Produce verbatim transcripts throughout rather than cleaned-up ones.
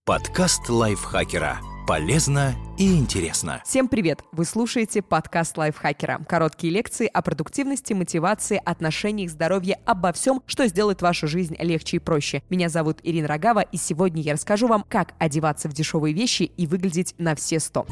Подкаст лайфхакера. Полезно и интересно. Всем привет! Вы слушаете подкаст лайфхакера. Короткие лекции о продуктивности, мотивации, отношениях, здоровье, обо всем, что сделает вашу жизнь легче и проще. Меня зовут Ирина Рогава, и сегодня я расскажу вам, как одеваться в дешевые вещи и выглядеть на все сто.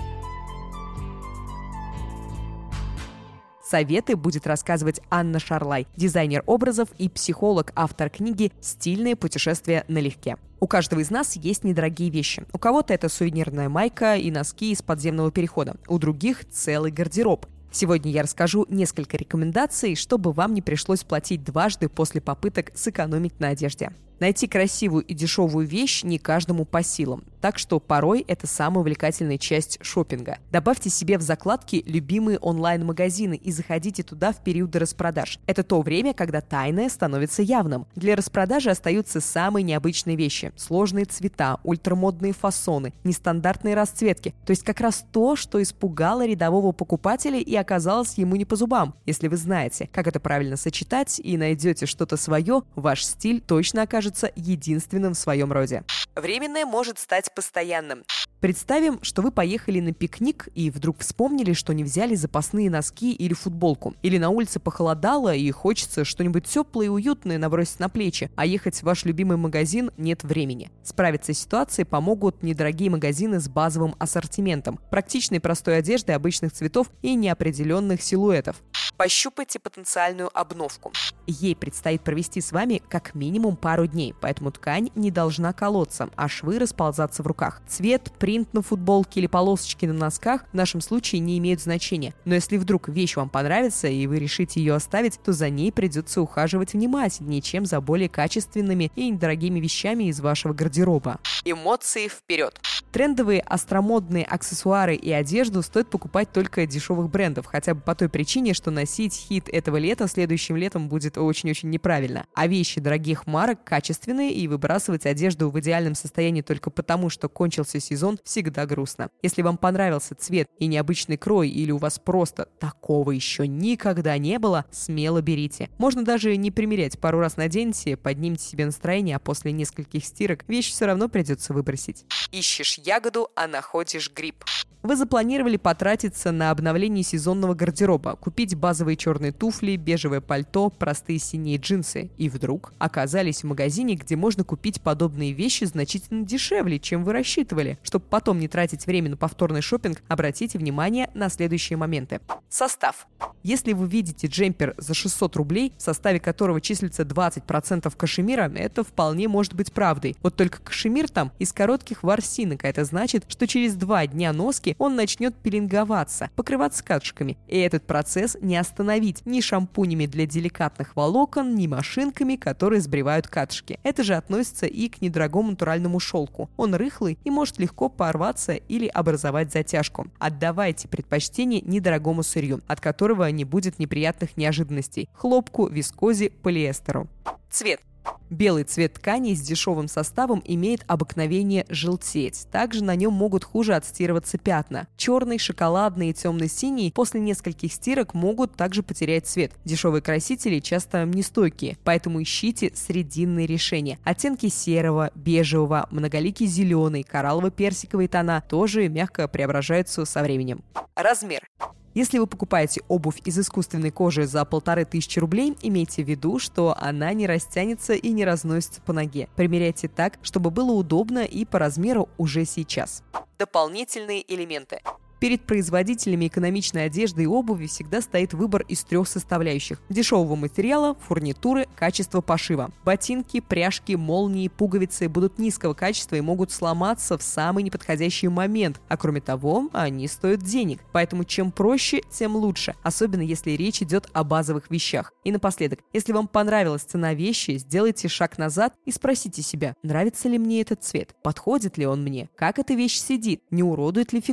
Советы будет рассказывать Анна Шарлай, дизайнер образов и психолог, автор книги «Стильные путешествия налегке». У каждого из нас есть недорогие вещи. У кого-то это сувенирная майка и носки из подземного перехода, у других целый гардероб. Сегодня я расскажу несколько рекомендаций, чтобы вам не пришлось платить дважды после попыток сэкономить на одежде. Найти красивую и дешевую вещь не каждому по силам, так что порой это самая увлекательная часть шопинга. Добавьте себе в закладки любимые онлайн-магазины и заходите туда в периоды распродаж. Это то время, когда тайное становится явным. Для распродажи остаются самые необычные вещи: сложные цвета, ультрамодные фасоны, нестандартные расцветки. То есть как раз то, что испугало рядового покупателя и оказалось ему не по зубам. Если вы знаете, как это правильно сочетать и найдете что-то свое, ваш стиль точно окажется единственным в своем роде. Временное может стать постоянным. Представим, что вы поехали на пикник и вдруг вспомнили, что не взяли запасные носки или футболку. Или на улице похолодало и хочется что-нибудь теплое и уютное набросить на плечи, а ехать в ваш любимый магазин нет времени. Справиться с ситуацией помогут недорогие магазины с базовым ассортиментом, практичной простой одежды обычных цветов и неопределенных силуэтов. Пощупайте потенциальную обновку. Ей предстоит провести с вами как минимум пару дней, поэтому ткань не должна колоться, а швы расползаться в руках. Цвет, принт на футболке или полосочки на носках в нашем случае не имеют значения. Но если вдруг вещь вам понравится и вы решите ее оставить, то за ней придется ухаживать внимательнее, чем за более качественными и недорогими вещами из вашего гардероба. Эмоции вперед! Трендовые остромодные аксессуары и одежду стоит покупать только дешевых брендов, хотя бы по той причине, что носить хит этого лета следующим летом будет очень-очень неправильно. А вещи дорогих марок качественные, и выбрасывать одежду в идеальном состоянии только потому, что кончился сезон, всегда грустно. Если вам понравился цвет и необычный крой, или у вас просто такого еще никогда не было, смело берите. Можно даже не примерять, пару раз наденьте, поднимите себе настроение, а после нескольких стирок вещь все равно придется выбросить. Ищешь ягоду, а находишь гриб. Вы запланировали потратиться на обновление сезонного гардероба, купить базовые черные туфли, бежевое пальто, простые синие джинсы. И вдруг оказались в магазине, где можно купить подобные вещи значительно дешевле, чем вы рассчитывали. Чтобы потом не тратить время на повторный шопинг, обратите внимание на следующие моменты. Состав. Если вы видите джемпер за шестьсот рублей, в составе которого числится двадцать процентов кашемира, это вполне может быть правдой. Вот только кашемир там из коротких ворсинок, а это значит, что через два дня носки он начнет пеленговаться, покрываться катышками. И этот процесс не остановить ни шампунями для деликатных волокон, ни машинками, которые сбривают катышки. Это же относится и к недорогому натуральному шелку. Он рыхлый и может легко порваться или образовать затяжку. Отдавайте предпочтение недорогому сырью, от которого не будет неприятных неожиданностей: хлопку, вискозе, полиэстеру. Цвет. Белый цвет ткани с дешевым составом имеет обыкновение желтеть. Также на нем могут хуже отстирываться пятна. Черный, шоколадный и темно-синий после нескольких стирок могут также потерять цвет. Дешевые красители часто нестойкие, поэтому ищите срединные решения. Оттенки серого, бежевого, многоликий зеленый, кораллово-персиковые тона тоже мягко преображаются со временем. Размер. Если вы покупаете обувь из искусственной кожи за полторы тысячи рублей, имейте в виду, что она не растянется и не разносится по ноге. Примеряйте так, чтобы было удобно и по размеру уже сейчас. Дополнительные элементы. Перед производителями экономичной одежды и обуви всегда стоит выбор из трех составляющих: дешевого материала, фурнитуры, качества пошива. Ботинки, пряжки, молнии, пуговицы будут низкого качества и могут сломаться в самый неподходящий момент, а кроме того, они стоят денег. Поэтому чем проще, тем лучше, особенно если речь идет о базовых вещах. И напоследок, если вам понравилась цена вещи, сделайте шаг назад и спросите себя: нравится ли мне этот цвет, подходит ли он мне, как эта вещь сидит, не уродует ли фигуру,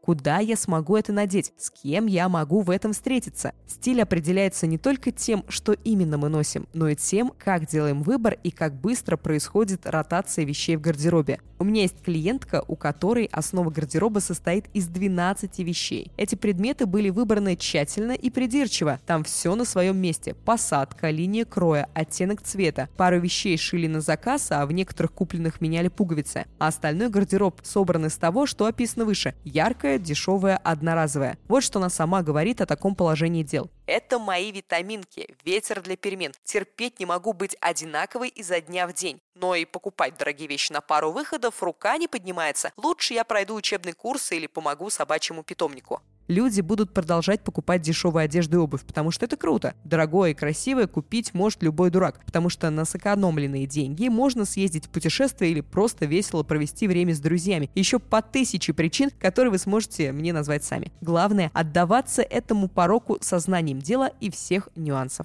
Куда я смогу это надеть? С кем я могу в этом встретиться? Стиль определяется не только тем, что именно мы носим, но и тем, как делаем выбор и как быстро происходит ротация вещей в гардеробе. У меня есть клиентка, у которой основа гардероба состоит из двенадцати вещей. Эти предметы были выбраны тщательно и придирчиво. Там все на своем месте. Посадка, линия кроя, оттенок цвета. Пару вещей шили на заказ, а в некоторых купленных меняли пуговицы. А остальной гардероб собран из того, что описано выше. Яркое, дешевое, одноразовое. Вот что она сама говорит о таком положении дел. Это мои витаминки, ветер для перемен. Терпеть не могу быть одинаковой изо дня в день. Но и покупать дорогие вещи на пару выходов рука не поднимается. Лучше я пройду учебный курс или помогу собачьему питомнику. Люди будут продолжать покупать дешевую одежду и обувь, потому что это круто. Дорогое и красивое купить может любой дурак, потому что на сэкономленные деньги можно съездить в путешествие или просто весело провести время с друзьями. Еще по тысяче причин, которые вы сможете мне назвать сами. Главное – отдаваться этому пороку сознанием дела и всех нюансов.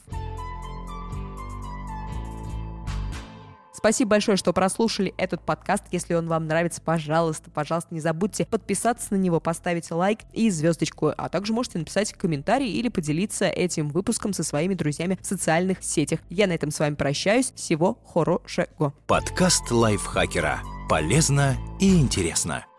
Спасибо большое, что прослушали этот подкаст. Если он вам нравится, пожалуйста, пожалуйста, не забудьте подписаться на него, поставить лайк и звездочку, а также можете написать комментарий или поделиться этим выпуском со своими друзьями в социальных сетях. Я на этом с вами прощаюсь. Всего хорошего. Подкаст лайфхакера. Полезно и интересно.